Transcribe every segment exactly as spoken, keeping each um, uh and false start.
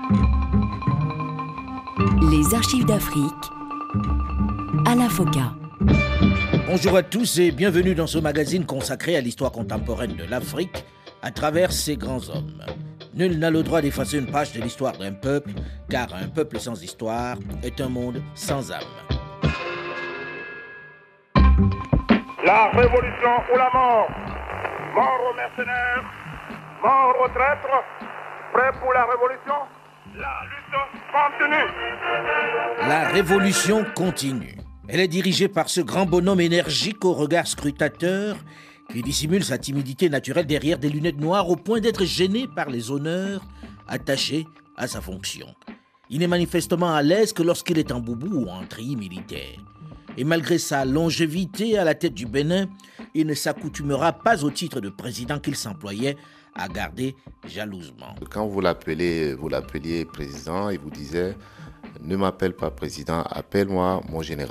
Les archives d'Afrique, Alain Foka. Bonjour à tous et bienvenue dans ce magazine consacré à l'histoire contemporaine de l'Afrique à travers ses grands hommes. Nul n'a le droit d'effacer une page de l'histoire d'un peuple, car un peuple sans histoire est un monde sans âme. La révolution ou la mort. Mort aux mercenaires, mort aux traîtres, prêt pour la révolution. La lutte continue. La révolution continue. Elle est dirigée par ce grand bonhomme énergique au regard scrutateur qui dissimule sa timidité naturelle derrière des lunettes noires au point d'être gêné par les honneurs attachés à sa fonction. Il n'est manifestement à l'aise que lorsqu'il est en boubou ou en treillis militaire. Et malgré sa longévité à la tête du Bénin, il ne s'accoutumera pas au titre de président qu'il s'employait à garder jalousement. Quand vous l'appelez, vous l'appeliez président, il vous disait « Ne m'appelle pas président, appelle-moi mon général ».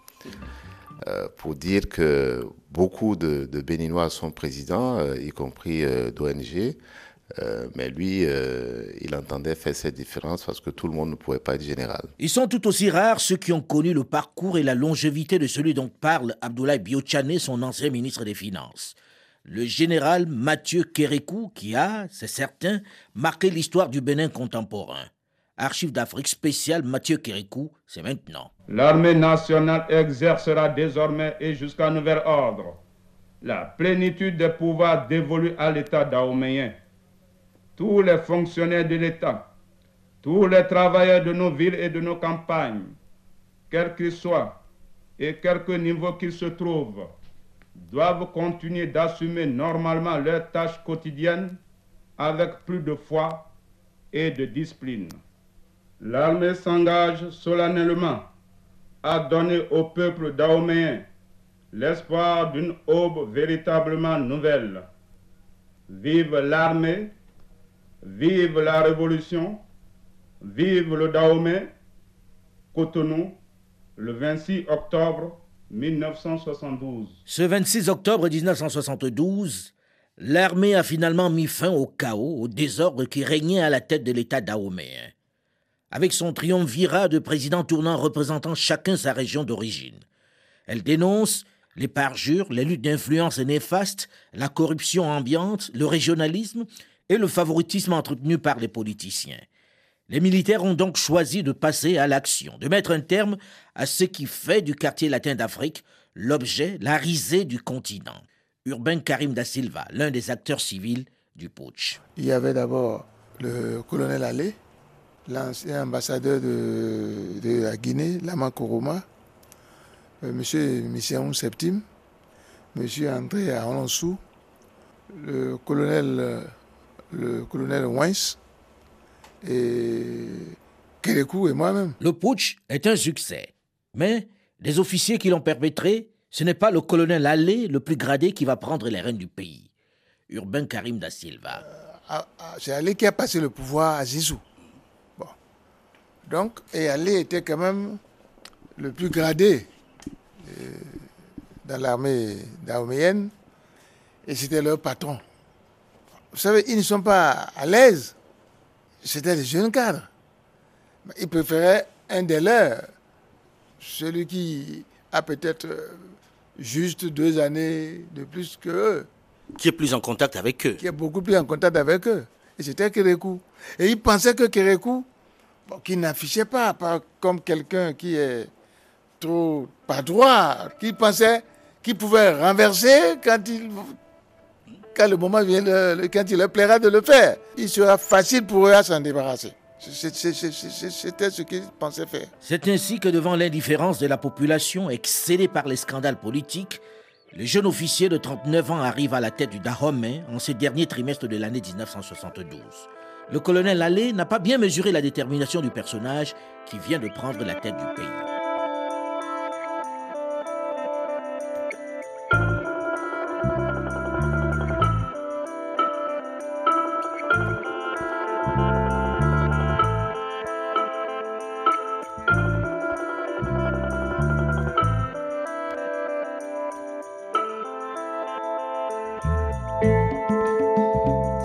Euh, pour dire que beaucoup de, de Béninois sont présidents, euh, y compris euh, d'O N G, euh, mais lui, euh, il entendait faire cette différence parce que tout le monde ne pouvait pas être général. Ils sont tout aussi rares ceux qui ont connu le parcours et la longévité de celui dont parle Abdoulaye Biotchané, son ancien ministre des Finances. Le général Mathieu Kérékou, qui a, c'est certain, marqué l'histoire du Bénin contemporain. Archives d'Afrique spéciale Mathieu Kérékou, c'est maintenant. L'armée nationale exercera désormais et jusqu'à nouvel ordre la plénitude des pouvoirs dévolus à l'État dahoméen. Tous les fonctionnaires de l'État, tous les travailleurs de nos villes et de nos campagnes, quels qu'ils soient et quelque niveau qu'ils se trouvent, doivent continuer d'assumer normalement leurs tâches quotidiennes avec plus de foi et de discipline. L'armée s'engage solennellement à donner au peuple dahoméen l'espoir d'une aube véritablement nouvelle. Vive l'armée, vive la révolution, vive le Dahomey. Cotonou, le vingt-six octobre mille neuf cent soixante-douze. Ce vingt-six octobre mille neuf cent soixante-douze, l'armée a finalement mis fin au chaos, au désordre qui régnait à la tête de l'État dahoméen. Avec son triumvirat de présidents tournant représentant chacun sa région d'origine. Elle dénonce les parjures, les luttes d'influence néfastes, la corruption ambiante, le régionalisme et le favoritisme entretenu par les politiciens. Les militaires ont donc choisi de passer à l'action, de mettre un terme à ce qui fait du quartier latin d'Afrique l'objet, la risée du continent. Urbain Karim da Silva, l'un des acteurs civils du putsch. Il y avait d'abord le colonel Allé, l'ancien ambassadeur de, de la Guinée, Lama Koroma, euh, M. Misséon Septime, M. André Alonsou, le colonel, le colonel Wins et Kérékou et moi-même. Le putsch est un succès, mais les officiers qui l'ont perpétré, ce n'est pas le colonel Allé, le plus gradé, qui va prendre les rênes du pays. Urbain Karim da Silva. Euh, c'est Allé qui a passé le pouvoir à Zizou. Donc, et Allé était quand même le plus gradé euh, dans l'armée dahoméenne et c'était leur patron. Vous savez, ils ne sont pas à l'aise. C'était des jeunes cadres. Ils préféraient un des leurs, celui qui a peut-être juste deux années de plus qu'eux. Qui est plus en contact avec eux. Qui est beaucoup plus en contact avec eux. Et c'était Kérékou. Et ils pensaient que Kérékou, bon, qui n'affichait pas, pas comme quelqu'un qui est trop pas droit, qui pensait qu'il pouvait renverser quand, il, quand le moment vient, de, quand il leur plaira de le faire. Il sera facile pour eux à s'en débarrasser. C'est, c'est, c'est, c'est, c'était ce qu'ils pensaient faire. C'est ainsi que devant l'indifférence de la population, excédée par les scandales politiques, le jeune officier de trente-neuf ans arrive à la tête du Dahomey en ce dernier trimestre de l'année dix-neuf cent soixante-douze. Le colonel Allé n'a pas bien mesuré la détermination du personnage qui vient de prendre la tête du pays.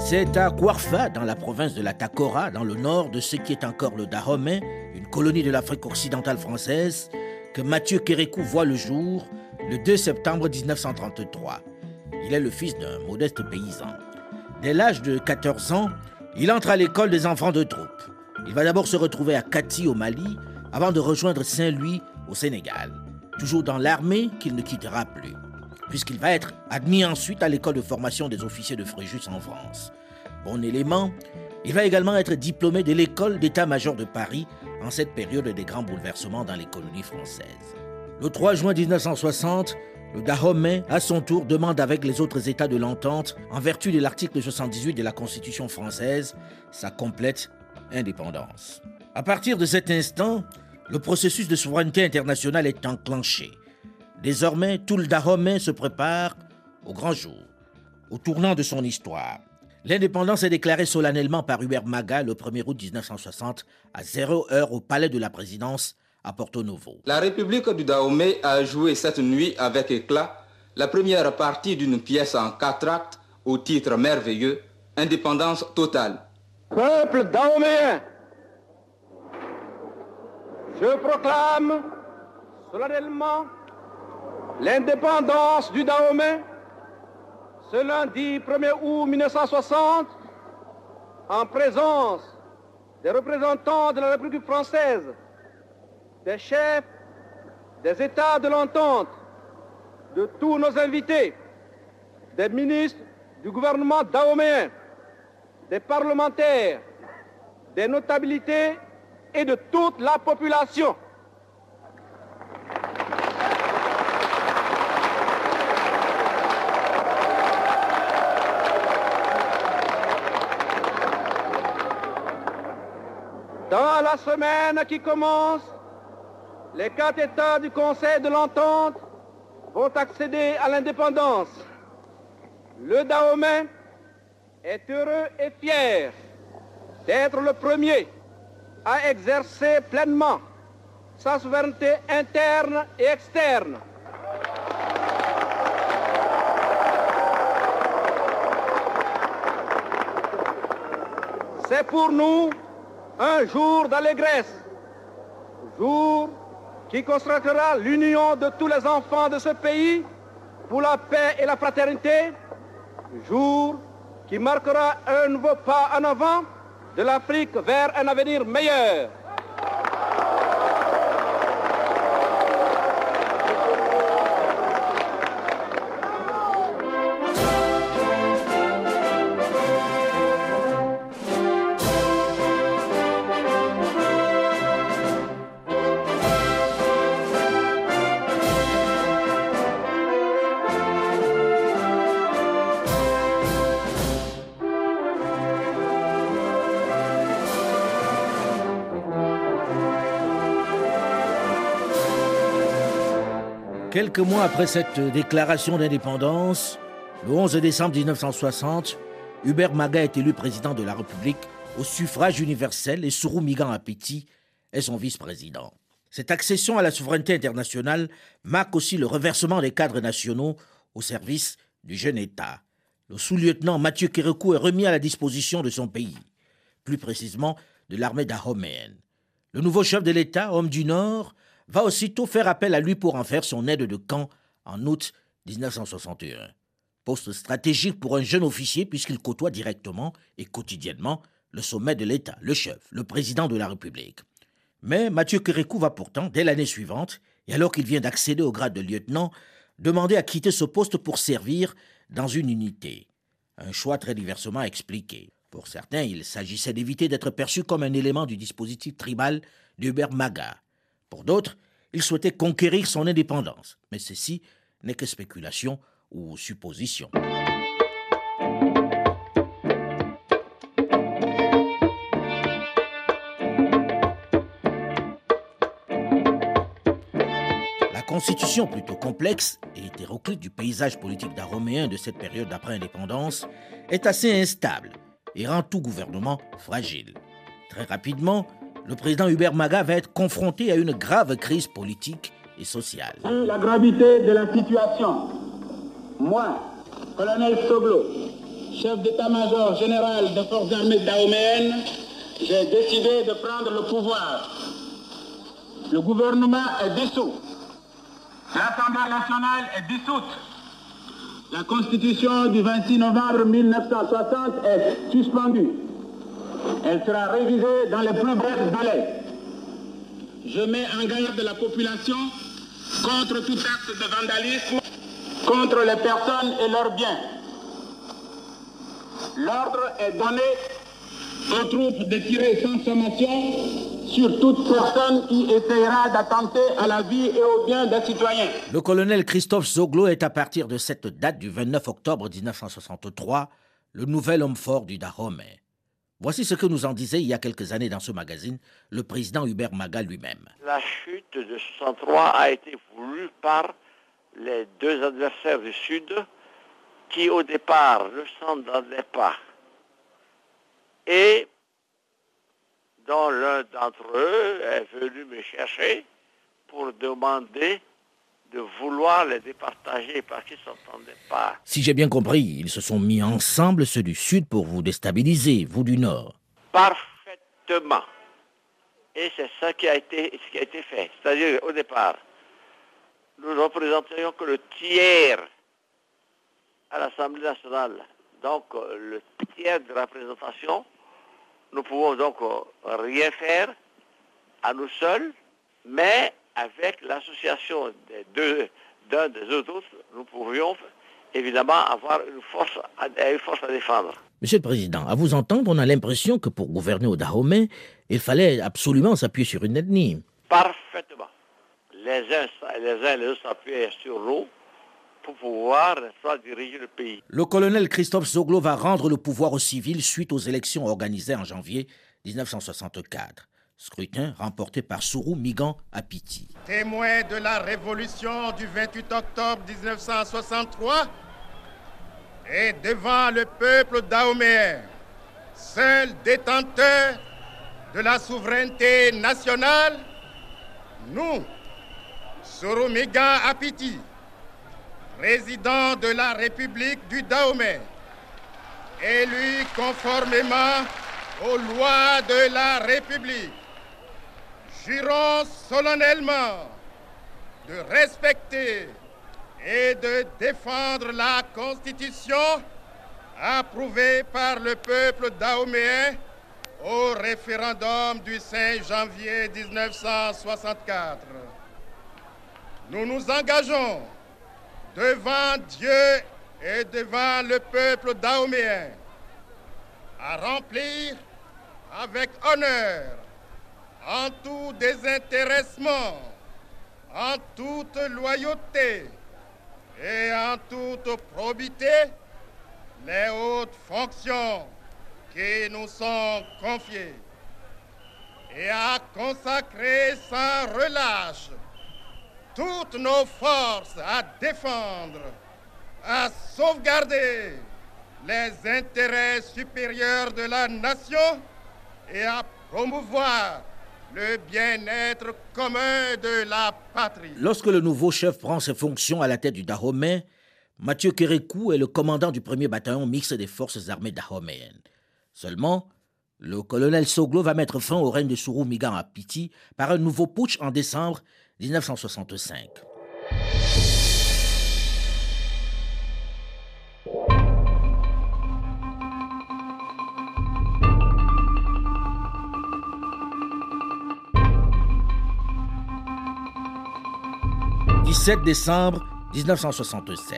C'est à Kouarfa, dans la province de la Takora, dans le nord de ce qui est encore le Dahomey, une colonie de l'Afrique occidentale française, que Mathieu Kérékou voit le jour le deux septembre mille neuf cent trente-trois. Il est le fils d'un modeste paysan. Dès l'âge de quatorze ans, il entre à l'école des enfants de troupe. Il va d'abord se retrouver à Kati au Mali, avant de rejoindre Saint-Louis au Sénégal. Toujours dans l'armée qu'il ne quittera plus, puisqu'il va être admis ensuite à l'école de formation des officiers de Fréjus en France. Bon élément, il va également être diplômé de l'école d'état-major de Paris en cette période des grands bouleversements dans les colonies françaises. Le trois juin mille neuf cent soixante, le Dahomey, à son tour, demande avec les autres États de l'entente, en vertu de l'article soixante-dix-huit de la Constitution française, sa complète indépendance. À partir de cet instant, le processus de souveraineté internationale est enclenché. Désormais, tout le Dahomey se prépare au grand jour, au tournant de son histoire. L'indépendance est déclarée solennellement par Hubert Maga le premier août mille neuf cent soixante à zéro heure au palais de la présidence à Porto Novo. La République du Dahomey a joué cette nuit avec éclat la première partie d'une pièce en quatre actes au titre merveilleux « Indépendance totale ». Peuple dahoméen, je proclame solennellement l'indépendance du Dahomey ce lundi premier août mille neuf cent soixante en présence des représentants de la République française, des chefs des États de l'entente, de tous nos invités, des ministres du gouvernement dahoméen, des parlementaires, des notabilités et de toute la population. Dans la semaine qui commence, les quatre États du Conseil de l'Entente vont accéder à l'indépendance. Le Dahomey est heureux et fier d'être le premier à exercer pleinement sa souveraineté interne et externe. C'est pour nous un jour d'allégresse, jour qui consacrera l'union de tous les enfants de ce pays pour la paix et la fraternité, jour qui marquera un nouveau pas en avant de l'Afrique vers un avenir meilleur. Quelques mois après cette déclaration d'indépendance, le onze décembre mille neuf cent soixante, Hubert Maga est élu président de la République au suffrage universel et Sourou Migan Apeti est son vice-président. Cette accession à la souveraineté internationale marque aussi le reversement des cadres nationaux au service du jeune État. Le sous-lieutenant Mathieu Kérékou est remis à la disposition de son pays, plus précisément de l'armée dahoméenne. Le nouveau chef de l'État, homme du Nord, va aussitôt faire appel à lui pour en faire son aide de camp en août mille neuf cent soixante et un. Poste stratégique pour un jeune officier puisqu'il côtoie directement et quotidiennement le sommet de l'État, le chef, le président de la République. Mais Mathieu Kérékou va pourtant, dès l'année suivante, et alors qu'il vient d'accéder au grade de lieutenant, demander à quitter ce poste pour servir dans une unité. Un choix très diversement expliqué. Pour certains, il s'agissait d'éviter d'être perçu comme un élément du dispositif tribal d'Hubert Maga. Pour d'autres, il souhaitait conquérir son indépendance. Mais ceci n'est que spéculation ou supposition. La constitution plutôt complexe et hétéroclite du paysage politique dahoméen de cette période d'après-indépendance est assez instable et rend tout gouvernement fragile. Très rapidement, le président Hubert Maga va être confronté à une grave crise politique et sociale. Vu la gravité de la situation, moi, colonel Soglo, chef d'état-major général des forces armées dahoméennes, j'ai décidé de prendre le pouvoir. Le gouvernement est dissous. L'Assemblée nationale est dissoute. La Constitution du vingt-six novembre mille neuf cent soixante est suspendue. Elle sera révisée dans les plus brefs délais. Je mets en garde la population contre tout acte de vandalisme, contre les personnes et leurs biens. L'ordre est donné aux troupes de tirer sans sommation sur toute personne qui essayera d'attenter à la vie et aux biens des citoyens. Le colonel Christophe Zoglo est à partir de cette date du vingt-neuf octobre mille neuf cent soixante-trois le nouvel homme fort du Dahomey. Voici ce que nous en disait il y a quelques années dans ce magazine le président Hubert Maga lui-même. La chute de soixante-trois a été voulue par les deux adversaires du Sud qui au départ ne s'entendaient pas. Et dont l'un d'entre eux est venu me chercher pour demander de vouloir les départager parce qu'ils ne s'entendaient pas. Si j'ai bien compris, ils se sont mis ensemble, ceux du Sud, pour vous déstabiliser, vous du Nord. Parfaitement. Et c'est ça qui a été, ce qui a été fait. C'est-à-dire, au départ, nous ne représenterions que le tiers à l'Assemblée nationale. Donc, le tiers de la représentation, nous pouvons donc rien faire à nous seuls, mais avec l'association des deux, d'un des autres, nous pourrions évidemment avoir une force à, une force à défendre. Monsieur le Président, à vous entendre, on a l'impression que pour gouverner au Dahomey, il fallait absolument s'appuyer sur une ethnie. Parfaitement. Les uns, les uns et les autres s'appuyaient sur nous pour pouvoir soit, diriger le pays. Le colonel Christophe Zoglo va rendre le pouvoir aux civils suite aux élections organisées en janvier mille neuf cent soixante-quatre. Scrutin remporté par Sourou Migan Apiti. Témoin de la révolution du vingt-huit octobre mille neuf cent soixante-trois et devant le peuple dahoméen, seul détenteur de la souveraineté nationale, nous, Sourou Migan Apiti, président de la République du Dahomey, élu conformément aux lois de la République, jurons solennellement de respecter et de défendre la Constitution approuvée par le peuple dahoméen au référendum du cinq janvier mille neuf cent soixante-quatre. Nous nous engageons devant Dieu et devant le peuple dahoméen à remplir avec honneur, en tout désintéressement, en toute loyauté et en toute probité, les hautes fonctions qui nous sont confiées et à consacrer sans relâche toutes nos forces à défendre, à sauvegarder les intérêts supérieurs de la nation et à promouvoir le bien-être commun de la patrie. Lorsque le nouveau chef prend ses fonctions à la tête du Dahomey, Mathieu Kérékou est le commandant du premier bataillon mixte des forces armées dahoméennes. Seulement, le colonel Zoglo va mettre fin au règne de Sourou Migan Apiti par un nouveau putsch en décembre mille neuf cent soixante-cinq. dix-sept décembre mille neuf cent soixante-sept.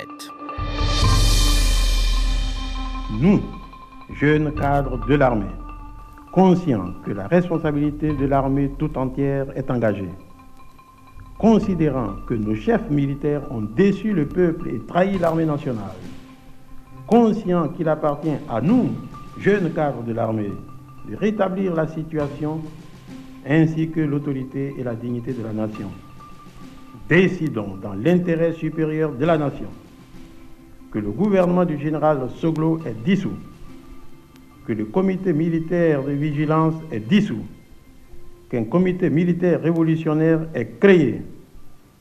Nous, jeunes cadres de l'armée, conscients que la responsabilité de l'armée tout entière est engagée, considérant que nos chefs militaires ont déçu le peuple et trahi l'armée nationale, conscients qu'il appartient à nous, jeunes cadres de l'armée, de rétablir la situation ainsi que l'autorité et la dignité de la nation. Décidons dans l'intérêt supérieur de la nation que le gouvernement du général Zoglo est dissous, que le comité militaire de vigilance est dissous, qu'un comité militaire révolutionnaire est créé,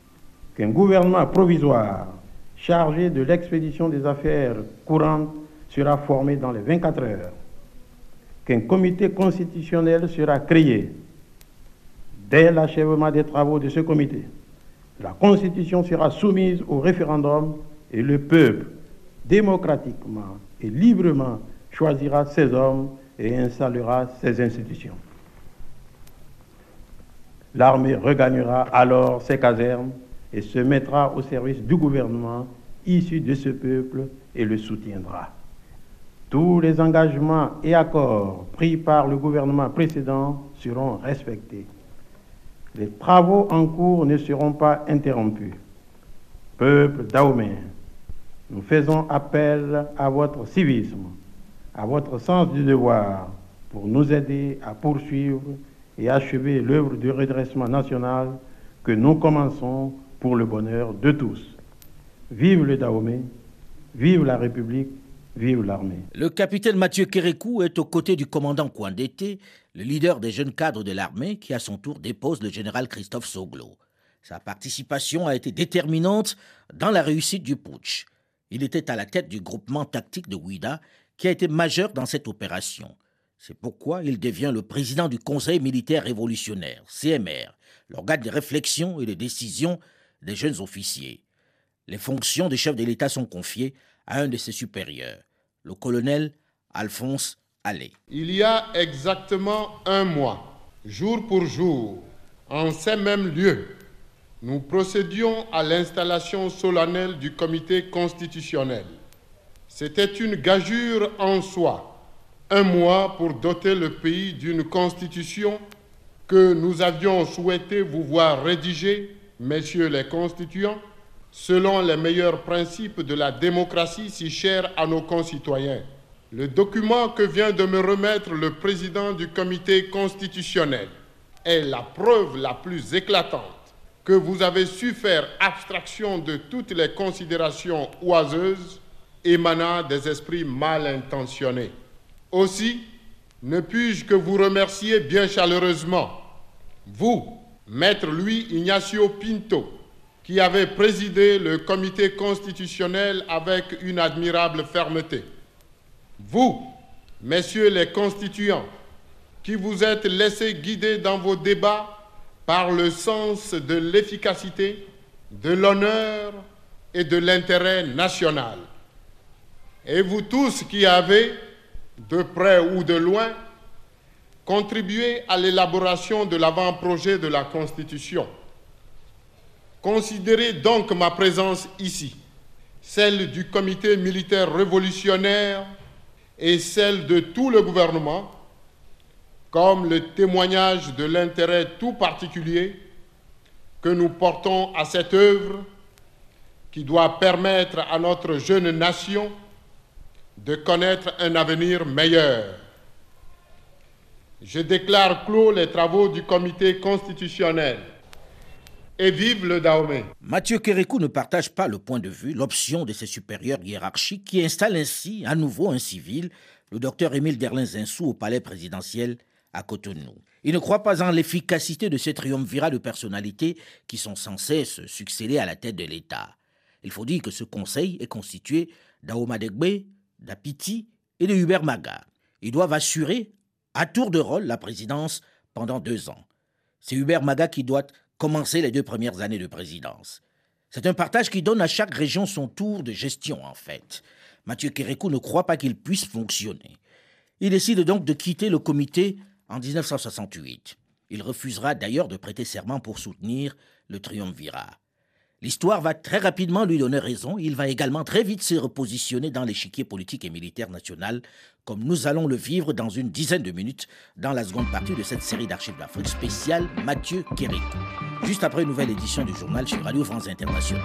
qu'un gouvernement provisoire chargé de l'expédition des affaires courantes sera formé dans les vingt-quatre heures, qu'un comité constitutionnel sera créé. Dès l'achèvement des travaux de ce comité, la Constitution sera soumise au référendum et le peuple, démocratiquement et librement, choisira ses hommes et installera ses institutions. L'armée regagnera alors ses casernes et se mettra au service du gouvernement issu de ce peuple et le soutiendra. Tous les engagements et accords pris par le gouvernement précédent seront respectés. Les travaux en cours ne seront pas interrompus. Peuple dahoméen, nous faisons appel à votre civisme, à votre sens du devoir pour nous aider à poursuivre et achever l'œuvre de redressement national que nous commençons pour le bonheur de tous. Vive le Dahomey, vive la République, vive l'armée. Le capitaine Mathieu Kérékou est aux côtés du commandant Kouandété, le leader des jeunes cadres de l'armée qui à son tour dépose le général Christophe Soglo. Sa participation a été déterminante dans la réussite du putsch. Il était à la tête du groupement tactique de Ouida qui a été majeur dans cette opération. C'est pourquoi il devient le président du Conseil militaire révolutionnaire, C M R, l'organe de réflexion et de décision des jeunes officiers. Les fonctions de chef de l'État sont confiées à un de ses supérieurs, le colonel Alphonse Allais. Il y a exactement un mois, jour pour jour, en ces mêmes lieux, nous procédions à l'installation solennelle du comité constitutionnel. C'était une gageure en soi, un mois pour doter le pays d'une constitution que nous avions souhaité vous voir rédiger, messieurs les constituants, selon les meilleurs principes de la démocratie si chers à nos concitoyens. Le document que vient de me remettre le président du comité constitutionnel est la preuve la plus éclatante que vous avez su faire abstraction de toutes les considérations oiseuses émanant des esprits mal intentionnés. Aussi, ne puis-je que vous remercier bien chaleureusement, vous, maître Louis Ignacio Pinto, qui avez présidé le comité constitutionnel avec une admirable fermeté. Vous, messieurs les constituants, qui vous êtes laissés guider dans vos débats par le sens de l'efficacité, de l'honneur et de l'intérêt national. Et vous tous qui avez, de près ou de loin, contribué à l'élaboration de l'avant-projet de la Constitution. Considérez donc ma présence ici, celle du comité militaire révolutionnaire et celle de tout le gouvernement, comme le témoignage de l'intérêt tout particulier que nous portons à cette œuvre qui doit permettre à notre jeune nation de connaître un avenir meilleur. Je déclare clos les travaux du comité constitutionnel. Et vive le Dahomey. Mathieu Kérékou ne partage pas le point de vue, l'option de ses supérieurs hiérarchiques qui installent ainsi à nouveau un civil, le docteur Émile Derlin-Zinsou, au palais présidentiel à Cotonou. Il ne croit pas en l'efficacité de ces triumvirats de personnalités qui sont censés se succéder à la tête de l'État. Il faut dire que ce conseil est constitué d'Ahoma Degbe, d'Apiti et de Hubert Maga. Ils doivent assurer à tour de rôle la présidence pendant deux ans. C'est Hubert Maga qui doit commencer les deux premières années de présidence. C'est un partage qui donne à chaque région son tour de gestion, en fait. Mathieu Kérékou ne croit pas qu'il puisse fonctionner. Il décide donc de quitter le comité en dix-neuf cent soixante-huit. Il refusera d'ailleurs de prêter serment pour soutenir le triumvirat. L'histoire va très rapidement lui donner raison. Il va également très vite se repositionner dans l'échiquier politique et militaire national, comme nous allons le vivre dans une dizaine de minutes dans la seconde partie de cette série d'archives d'Afrique spéciale Mathieu Kérékou. Juste après une nouvelle édition du journal sur Radio France Internationale.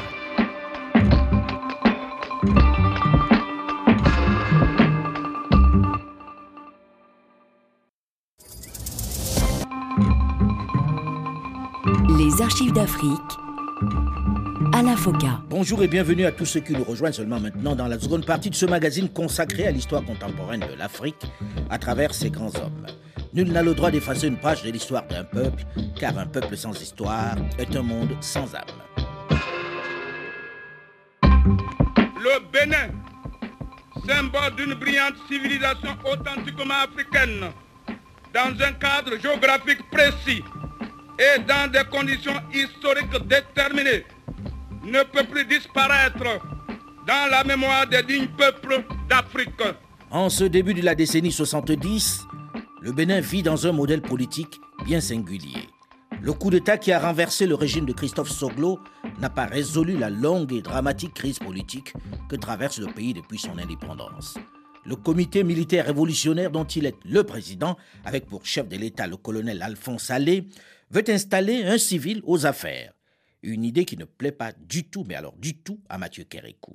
Les archives d'Afrique à la Foca. Bonjour et bienvenue à tous ceux qui nous rejoignent seulement maintenant dans la seconde partie de ce magazine consacré à l'histoire contemporaine de l'Afrique à travers ses grands hommes. Nul n'a le droit d'effacer une page de l'histoire d'un peuple, car un peuple sans histoire est un monde sans âme. Le Bénin, symbole d'une brillante civilisation authentiquement africaine, dans un cadre géographique précis et dans des conditions historiques déterminées, ne peut plus disparaître dans la mémoire des dignes peuples d'Afrique. En ce début de la décennie soixante-dix, le Bénin vit dans un modèle politique bien singulier. Le coup d'État qui a renversé le régime de Christophe Soglo n'a pas résolu la longue et dramatique crise politique que traverse le pays depuis son indépendance. Le comité militaire révolutionnaire dont il est le président, avec pour chef de l'État le colonel Alphonse Allé, veut installer un civil aux affaires. Une idée qui ne plaît pas du tout, mais alors du tout, à Mathieu Kérékou.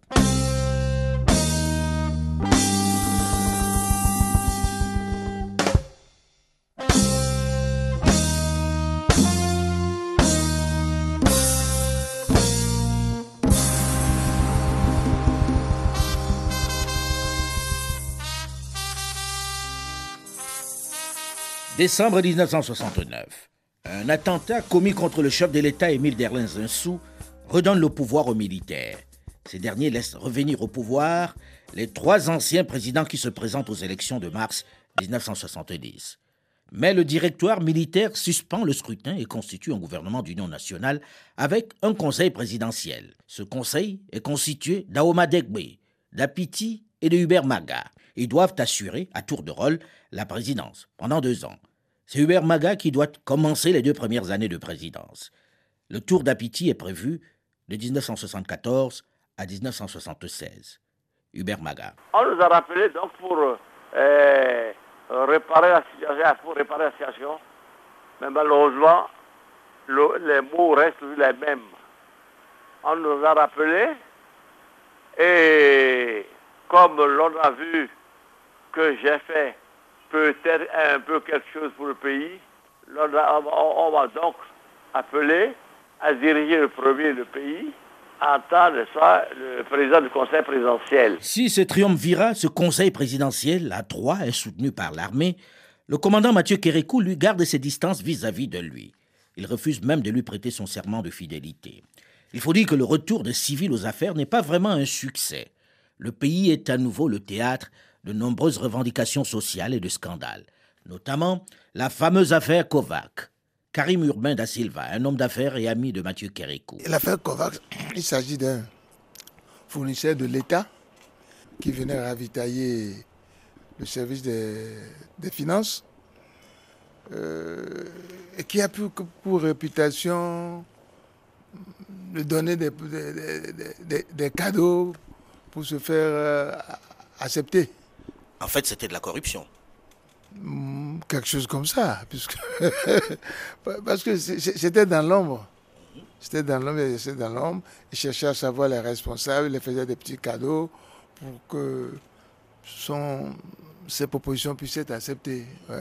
Décembre dix-neuf cent soixante-neuf. Un attentat commis contre le chef de l'État Émile Derlin Zinsou redonne le pouvoir aux militaires. Ces derniers laissent revenir au pouvoir les trois anciens présidents qui se présentent aux élections de mars dix-neuf cent soixante-dix. Mais le directoire militaire suspend le scrutin et constitue un gouvernement d'union nationale avec un conseil présidentiel. Ce conseil est constitué d'Aoma Degbe, d'Apiti et de Hubert Maga. Ils doivent assurer, à tour de rôle, la présidence pendant deux ans. C'est Hubert Maga qui doit commencer les deux premières années de présidence. Le tour d'Apiti est prévu de dix-neuf cent soixante-quatorze à dix-neuf cent soixante-seize. Hubert Maga. On nous a rappelé donc pour euh, réparer la situation, pour réparer la situation, mais malheureusement, le, les mots restent les mêmes. On nous a rappelé et comme l'on a vu que j'ai fait peut-être un peu quelque chose pour le pays, on, a, on, on va donc appeler à diriger le premier le pays en tant que ça, le président du conseil présidentiel. Si ce triumvirat, ce conseil présidentiel à trois est soutenu par l'armée, le commandant Mathieu Kérékou lui garde ses distances vis-à-vis de lui. Il refuse même de lui prêter son serment de fidélité. Il faut dire que le retour des civils aux affaires n'est pas vraiment un succès. Le pays est à nouveau le théâtre de nombreuses revendications sociales et de scandales, notamment la fameuse affaire Kovac. Karim Urbain da Silva, un homme d'affaires et ami de Mathieu Kérékou. L'affaire Kovac, il s'agit d'un fournisseur de l'État qui venait ravitailler le service des, des finances euh, et qui a pu pour réputation de donner des, des, des, des, des cadeaux pour se faire euh, accepter. En fait, c'était de la corruption. Mmh, quelque chose comme ça, puisque parce que c'était dans l'ombre. C'était dans l'ombre, c'était dans l'ombre. Il cherchait à savoir les responsables, il les faisait des petits cadeaux pour que son, ses propositions puissent être acceptées. Ouais.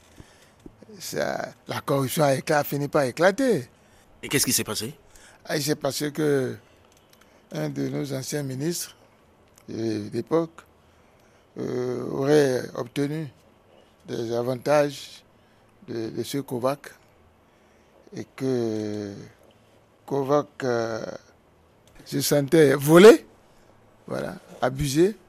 Ça, la corruption a, éclat, a fini par éclater. Et qu'est-ce qui s'est passé? Ah, il s'est passé que un de nos anciens ministres d'époque euh, aurait obtenu des avantages de, de ce Kovac et que Kovac euh, se sentait volé, voilà, abusé,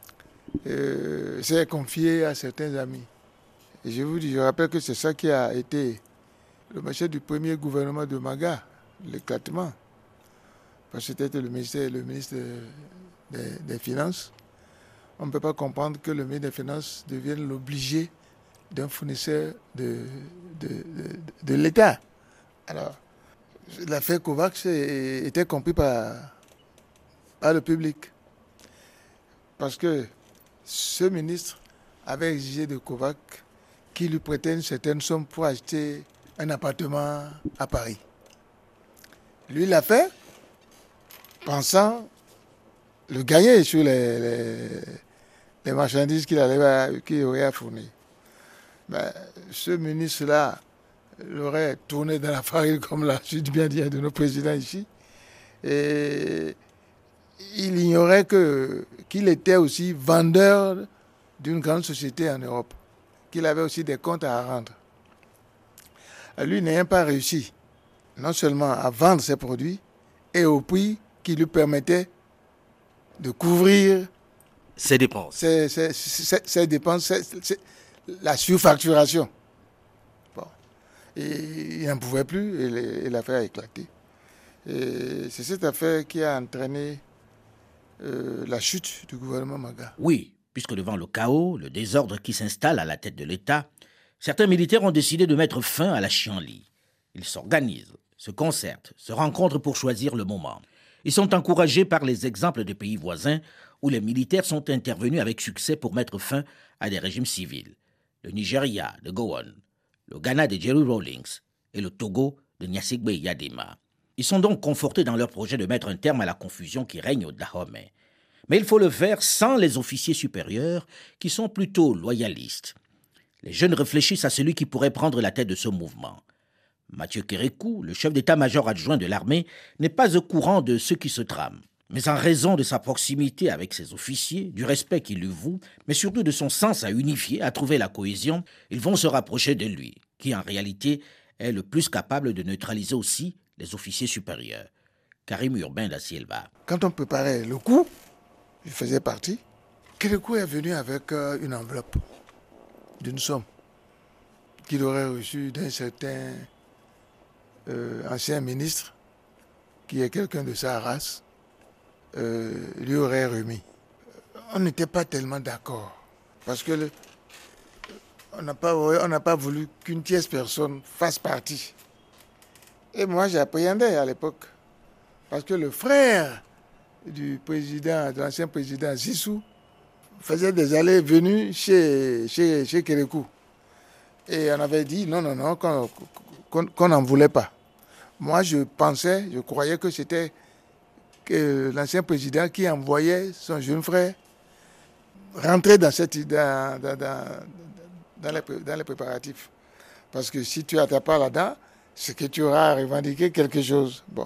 euh, s'est confié à certains amis. Et je vous dis, je rappelle que c'est ça qui a été le marché du premier gouvernement de Maga, l'éclatement. Parce que c'était le ministère, le ministre des, des Finances. On ne peut pas comprendre que le ministre des Finances devienne l'obligé d'un fournisseur de, de, de, de l'État. Alors, l'affaire Kovac était comprise par, par le public. Parce que ce ministre avait exigé de Kovac qu'il lui prêtait une certaine somme pour acheter un appartement à Paris. Lui l'a fait, pensant le gagner sur les, les, les marchandises qu'il allait, qu'il aurait à fournir. Ben, ce ministre-là l'aurait tourné dans la farine, comme l'a su bien dire de nos présidents ici. Et il ignorait que, qu'il était aussi vendeur d'une grande société en Europe, qu'il avait aussi des comptes à rendre. Lui n'ayant pas réussi, non seulement à vendre ses produits, et au prix qui lui permettait de couvrir Ces dépenses. Ces, ces, ces, ces dépenses, c'est, c'est la surfacturation. Bon. Et il n'en pouvait plus et, et l'affaire a éclaté. Et c'est cette affaire qui a entraîné euh, la chute du gouvernement Maga. Oui, puisque devant le chaos, le désordre qui s'installe à la tête de l'État, certains militaires ont décidé de mettre fin à la chienlit. Ils s'organisent, se concertent, se rencontrent pour choisir le moment. Ils sont encouragés par les exemples des pays voisins où les militaires sont intervenus avec succès pour mettre fin à des régimes civils. Le Nigeria de Gowon, le Ghana de Jerry Rawlings et le Togo de Gnassingbé Yadema. Ils sont donc confortés dans leur projet de mettre un terme à la confusion qui règne au Dahomey. Mais il faut le faire sans les officiers supérieurs qui sont plutôt loyalistes. Les jeunes réfléchissent à celui qui pourrait prendre la tête de ce mouvement. Mathieu Kérékou, le chef d'état-major adjoint de l'armée, n'est pas au courant de ce qui se trame. Mais en raison de sa proximité avec ses officiers, du respect qu'il lui voue, mais surtout de son sens à unifier, à trouver la cohésion, ils vont se rapprocher de lui, qui en réalité est le plus capable de neutraliser aussi les officiers supérieurs. Karim Urbain da Silva. Quand on préparait le coup, je faisais partie, Kérékou est venu avec euh, une enveloppe d'une somme qu'il aurait reçue d'un certain euh, ancien ministre, qui est quelqu'un de sa race, euh, lui aurait remis. On n'était pas tellement d'accord, parce que le, on n'a pas, on n'a pas voulu qu'une tierce personne fasse partie. Et moi, j'appréhendais à l'époque, parce que le frère du président, de l'ancien président Zissou, faisait des allées et venues chez, chez, chez Kérékou. Et on avait dit non, non, non, qu'on qu'on, qu'on n'en voulait pas. Moi, je pensais, je croyais que c'était que l'ancien président qui envoyait son jeune frère rentrer dans, cette, dans, dans, dans, dans, les, dans les préparatifs. Parce que si tu as ta part là-dedans, c'est que tu auras revendiqué quelque chose. Bon.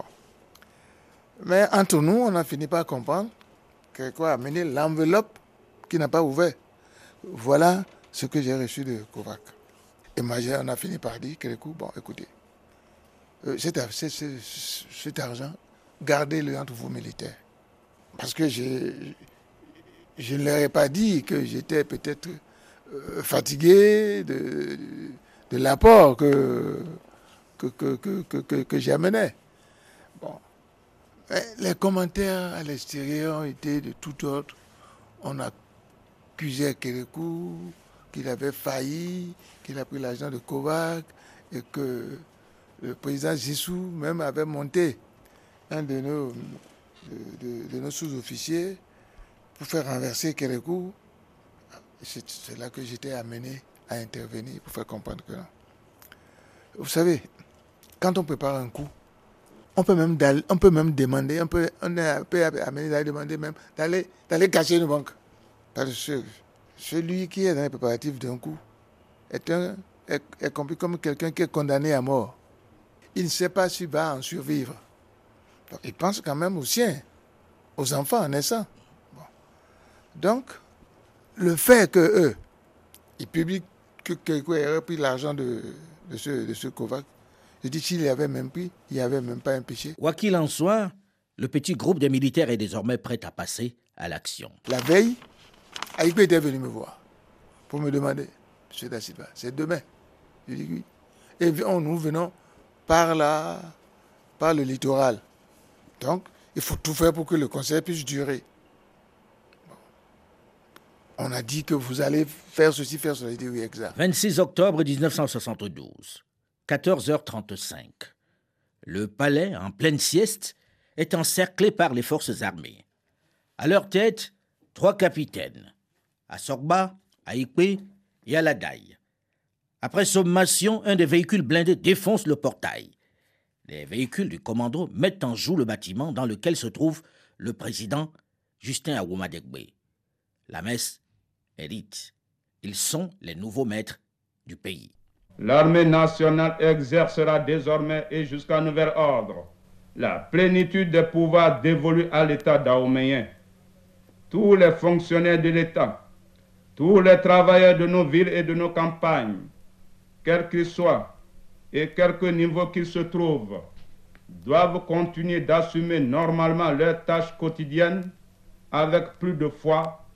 Mais entre nous, on a fini par comprendre que quoi a amené l'enveloppe qui n'a pas ouvert. Voilà ce que j'ai reçu de Kovac. Et moi, on a fini par dire, Kérékou, bon, écoutez, euh, cet, cet, cet, cet argent, gardez-le entre vous militaires. Parce que je, je ne leur ai pas dit que j'étais peut-être euh, fatigué de, de l'apport que, que, que, que, que, que, que j'amenais. Bon. Les commentaires à l'extérieur ont été de tout ordre. On accusait Kérékou qu'il avait failli, qu'il a pris l'argent de Kovac et que le président Zissou même avait monté un de nos, de, de, de nos sous-officiers pour faire renverser Kérékou. C'est, c'est là que j'étais amené à intervenir pour faire comprendre que non. Vous savez, quand on prépare un coup, on peut même, on peut même demander, on peut, on est, peut amener d'aller demander même d'aller, d'aller cacher une banque. Parce que celui qui est dans les préparatifs d'un coup est, un, est, est compris comme quelqu'un qui est condamné à mort. Il ne sait pas s'il va en survivre. Donc, il pense quand même aux siens, aux enfants naissants. Bon. Donc, le fait que eux, ils publient que quelqu'un ait repris l'argent de, de ce, de ce Kovac, je dis s'il y avait même pris, il n'y avait même pas un péché. Quoi qu'il en soit, le petit groupe de militaires est désormais prêt à passer à l'action. La veille, Aïko était venu me voir pour me demander, M. Da Silva, c'est demain. Je dis oui. Et nous venons par là, par le littoral. Donc, il faut tout faire pour que le conseil puisse durer. Bon. On a dit que vous allez faire ceci, faire cela. Je dis oui, exact. vingt-six octobre dix-neuf cent soixante-douze, quatorze heures trente-cinq. Le palais, en pleine sieste, est encerclé par les forces armées. À leur tête, trois capitaines, à Sorba, à Ikwe et à Ladaï. Après sommation, un des véhicules blindés défonce le portail. Les véhicules du commando mettent en joue le bâtiment dans lequel se trouve le président Justin Awomadegbe. La messe est dite. Ils sont les nouveaux maîtres du pays. L'armée nationale exercera désormais et jusqu'à nouvel ordre la plénitude des pouvoirs dévolus à l'État dahoméen. Tous les fonctionnaires de l'État, tous les travailleurs de nos villes et de nos campagnes, quels qu'ils soient et quelque niveau qu'ils se trouvent, doivent continuer d'assumer normalement leurs tâches quotidiennes avec plus de foi,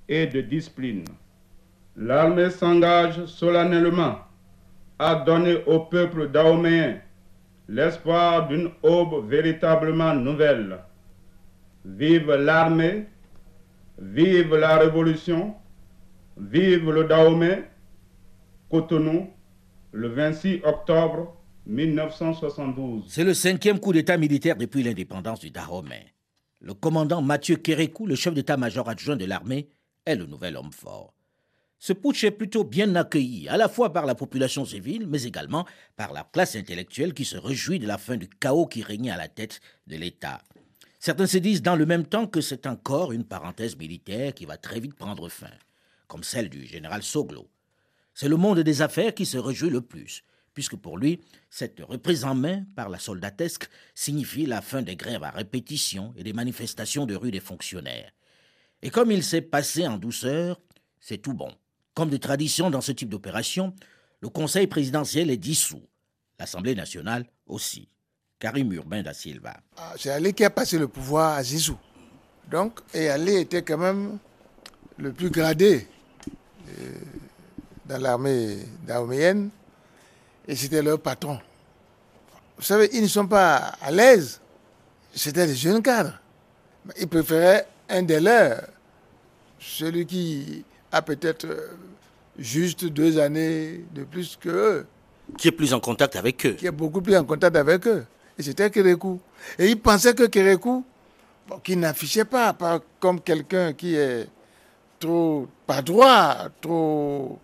et de discipline. L'armée s'engage solennellement à donner au peuple dahoméen l'espoir d'une aube véritablement nouvelle. Vive l'armée, vive la révolution, vive le Dahomey. Cotonou, le vingt-six octobre mille neuf cent soixante-douze. C'est le cinquième coup d'État militaire depuis l'indépendance du Dahomey. Le commandant Mathieu Kérékou, le chef d'état-major adjoint de l'armée, est le nouvel homme fort. Ce putsch est plutôt bien accueilli, à la fois par la population civile, mais également par la classe intellectuelle qui se réjouit de la fin du chaos qui régnait à la tête de l'État. Certains se disent dans le même temps que c'est encore une parenthèse militaire qui va très vite prendre fin, comme celle du général Soglo. C'est le monde des affaires qui se réjouit le plus, puisque pour lui, cette reprise en main par la soldatesque signifie la fin des grèves à répétition et des manifestations de rue des fonctionnaires. Et comme il s'est passé en douceur, c'est tout bon. Comme de tradition dans ce type d'opération, le Conseil présidentiel est dissous. L'Assemblée nationale aussi. Karim Urbain da Silva. Ah, c'est Ali qui a passé le pouvoir à Zizou. Donc, et Ali était quand même le plus gradé euh, dans l'armée dahoméenne. Et c'était leur patron. Vous savez, ils ne sont pas à l'aise. C'était des jeunes cadres. Ils préféraient un des leurs. Celui qui a peut-être juste deux années de plus qu'eux. Qui est plus en contact avec eux. Qui est beaucoup plus en contact avec eux. Et c'était Kérékou. Et ils pensaient que Kérékou, bon, qui n'affichait pas, pas comme quelqu'un qui est trop pas droit, trop...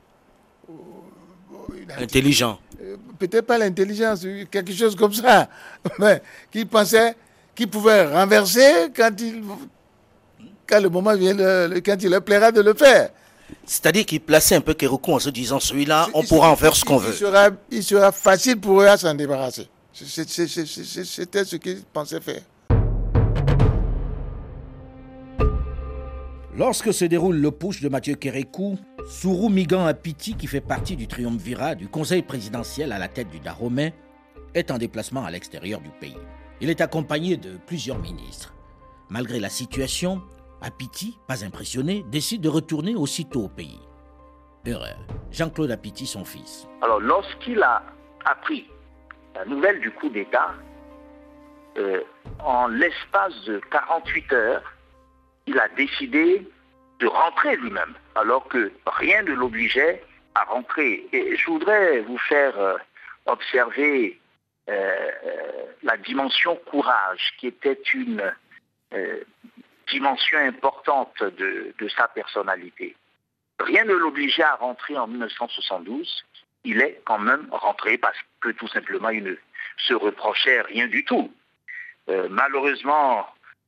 Intelligent. Peut-être pas l'intelligence, quelque chose comme ça. Mais qui pensait qu'il pouvait renverser quand il... quand le moment vient, de, quand il leur plaira de le faire. C'est-à-dire qu'il plaçait un peu Kérékou en se disant, celui-là, on pourra en faire ce qu'on veut. Il sera, il sera facile pour eux à s'en débarrasser. C'était ce qu'ils pensaient faire. Lorsque se déroule le putsch de Mathieu Kérékou, Sourou Migan Apiti, qui fait partie du triumvirat du conseil présidentiel à la tête du Dahomey, est en déplacement à l'extérieur du pays. Il est accompagné de plusieurs ministres. Malgré la situation, Apiti, pas impressionné, décide de retourner aussitôt au pays. Erreur. Jean-Claude Apiti, son fils. Alors, lorsqu'il a appris la nouvelle du coup d'État, euh, en l'espace de quarante-huit heures, il a décidé de rentrer lui-même, alors que rien ne l'obligeait à rentrer. Et je voudrais vous faire euh, observer euh, la dimension courage, qui était une euh, dimension importante de, de sa personnalité. Rien ne l'obligeait à rentrer en mille neuf cent soixante-douze. Il est quand même rentré parce que tout simplement il ne se reprochait rien du tout. Euh, malheureusement,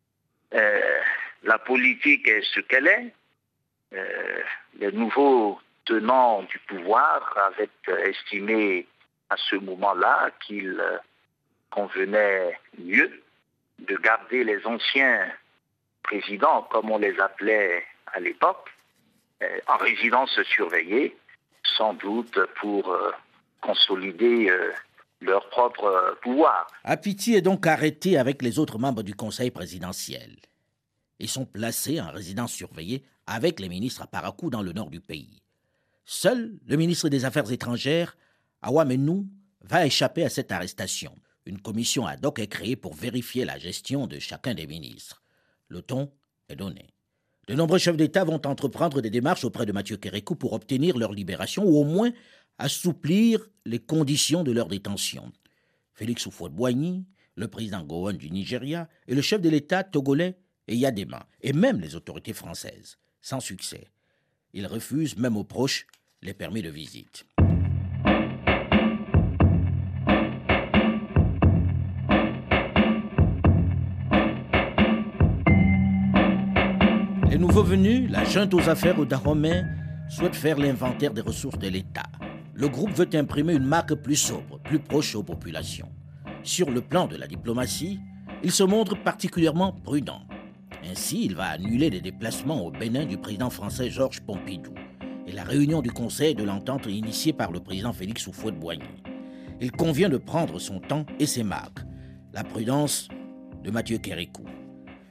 euh, la politique est ce qu'elle est. Euh, les nouveaux tenants du pouvoir avaient estimé à ce moment-là qu'il euh, convenait mieux de garder les anciens présidents, comme on les appelait à l'époque, euh, en résidence surveillée, sans doute pour euh, consolider euh, leur propre euh, pouvoir. Apiti est donc arrêté avec les autres membres du conseil présidentiel. Ils sont placés en résidence surveillée avec les ministres à Parakou dans le nord du pays. Seul le ministre des Affaires étrangères, Awa Menou, va échapper à cette arrestation. Une commission ad hoc est créée pour vérifier la gestion de chacun des ministres. Le ton est donné. De nombreux chefs d'État vont entreprendre des démarches auprès de Mathieu Kérékou pour obtenir leur libération ou au moins assouplir les conditions de leur détention. Félix Houphouët-Boigny, le président Gowon du Nigeria et le chef de l'État togolais Eyadema, et même les autorités françaises, sans succès. Ils refusent, même aux proches, les permis de visite. Les nouveaux venus, la junte aux affaires au Dahomey, souhaitent faire l'inventaire des ressources de l'État. Le groupe veut imprimer une marque plus sobre, plus proche aux populations. Sur le plan de la diplomatie, il se montre particulièrement prudent. Ainsi, il va annuler les déplacements au Bénin du président français Georges Pompidou et la réunion du Conseil de l'entente initiée par le président Félix Houphouët-Boigny. Il convient de prendre son temps et ses marques. La prudence de Mathieu Kérékou.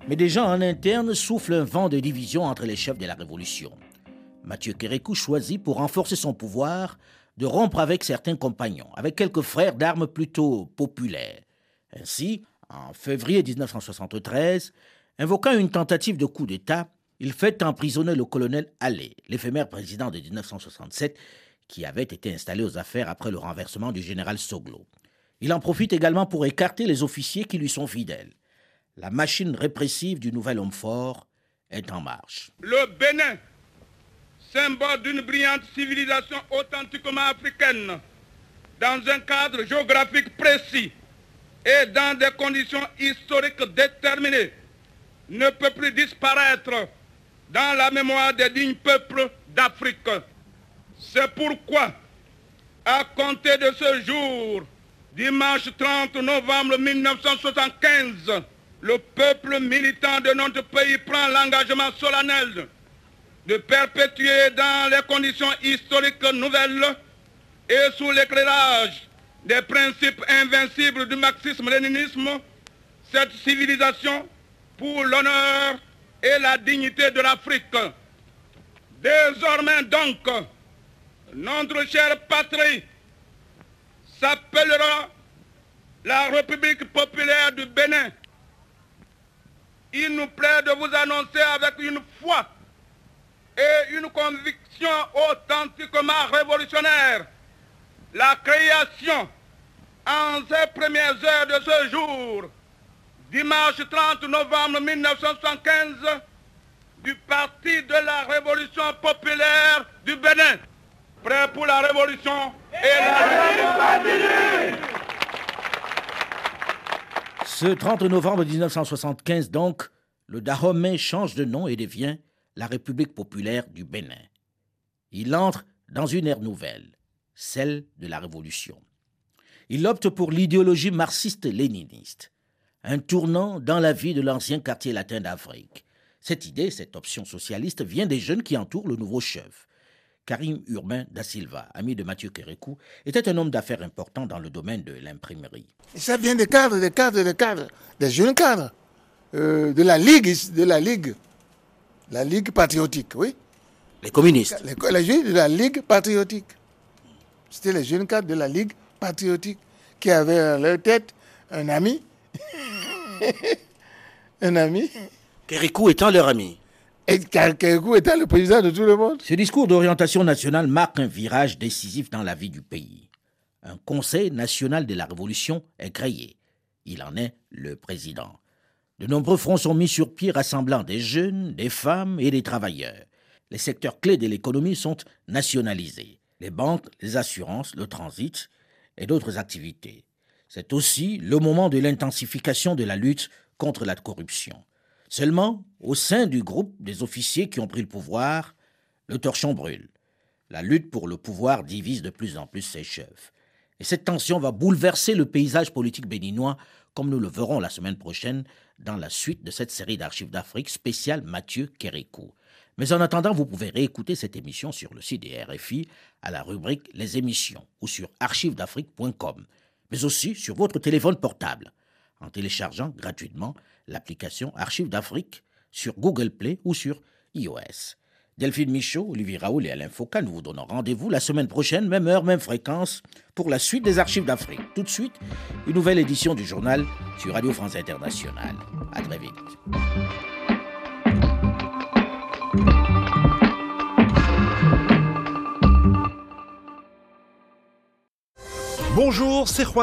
Mais déjà en interne souffle un vent de division entre les chefs de la révolution. Mathieu Kérékou choisit, pour renforcer son pouvoir, de rompre avec certains compagnons, avec quelques frères d'armes plutôt populaires. Ainsi, en février dix-neuf cent soixante-treize, invoquant une tentative de coup d'État, il fait emprisonner le colonel Allais, l'éphémère président de dix-neuf cent soixante-sept, qui avait été installé aux affaires après le renversement du général Soglo. Il en profite également pour écarter les officiers qui lui sont fidèles. La machine répressive du nouvel homme fort est en marche. Le Bénin, symbole d'une brillante civilisation authentiquement africaine, dans un cadre géographique précis et dans des conditions historiques déterminées, ne peut plus disparaître dans la mémoire des dignes peuples d'Afrique. C'est pourquoi, à compter de ce jour, dimanche trente novembre mille neuf cent soixante-quinze, le peuple militant de notre pays prend l'engagement solennel de perpétuer dans les conditions historiques nouvelles et sous l'éclairage des principes invincibles du marxisme-léninisme cette civilisation pour l'honneur et la dignité de l'Afrique. Désormais donc, notre chère patrie s'appellera la République populaire du Bénin. Il nous plaît de vous annoncer avec une foi et une conviction authentiquement révolutionnaire la création en ces premières heures de ce jour, dimanche trente novembre mille neuf cent soixante-quinze, du Parti de la Révolution populaire du Bénin. Prêt pour la révolution et la révolution. Ce trente novembre dix-neuf cent soixante-quinze, donc, le Dahomey change de nom et devient la République populaire du Bénin. Il entre dans une ère nouvelle, celle de la révolution. Il opte pour l'idéologie marxiste-léniniste, un tournant dans la vie de l'ancien quartier latin d'Afrique. Cette idée, cette option socialiste, vient des jeunes qui entourent le nouveau chef. Karim Urbain da Silva, ami de Mathieu Kérékou, était un homme d'affaires important dans le domaine de l'imprimerie. Et ça vient des cadres, des cadres, des cadres, des jeunes cadres, euh, de la Ligue, de la Ligue, la Ligue patriotique, oui. Les communistes. Les, les jeunes de la Ligue patriotique. C'était les jeunes cadres de la Ligue patriotique qui avaient à leur tête un ami. un ami. Kérékou étant leur ami. Et Kérékou étant le président de tout le monde. Ce discours d'orientation nationale marque un virage décisif dans la vie du pays. Un Conseil national de la Révolution est créé. Il en est le président. De nombreux fronts sont mis sur pied rassemblant des jeunes, des femmes et des travailleurs. Les secteurs clés de l'économie sont nationalisés. Les banques, les assurances, le transit et d'autres activités. C'est aussi le moment de l'intensification de la lutte contre la corruption. Seulement, au sein du groupe des officiers qui ont pris le pouvoir, le torchon brûle. La lutte pour le pouvoir divise de plus en plus ses chefs. Et cette tension va bouleverser le paysage politique béninois, comme nous le verrons la semaine prochaine dans la suite de cette série d'archives d'Afrique spéciale Mathieu Kérékou. Mais en attendant, vous pouvez réécouter cette émission sur le site des R F I à la rubrique Les émissions ou sur archives d'afrique point com, mais aussi sur votre téléphone portable, en téléchargeant gratuitement l'application Archives d'Afrique sur Google Play ou sur iOS. Delphine Michaud, Olivier Raoul et Alain Foucault, nous vous donnons rendez-vous la semaine prochaine, même heure, même fréquence, pour la suite des Archives d'Afrique. Tout de suite, une nouvelle édition du journal sur Radio France Internationale. À très vite. Bonjour, c'est Juan.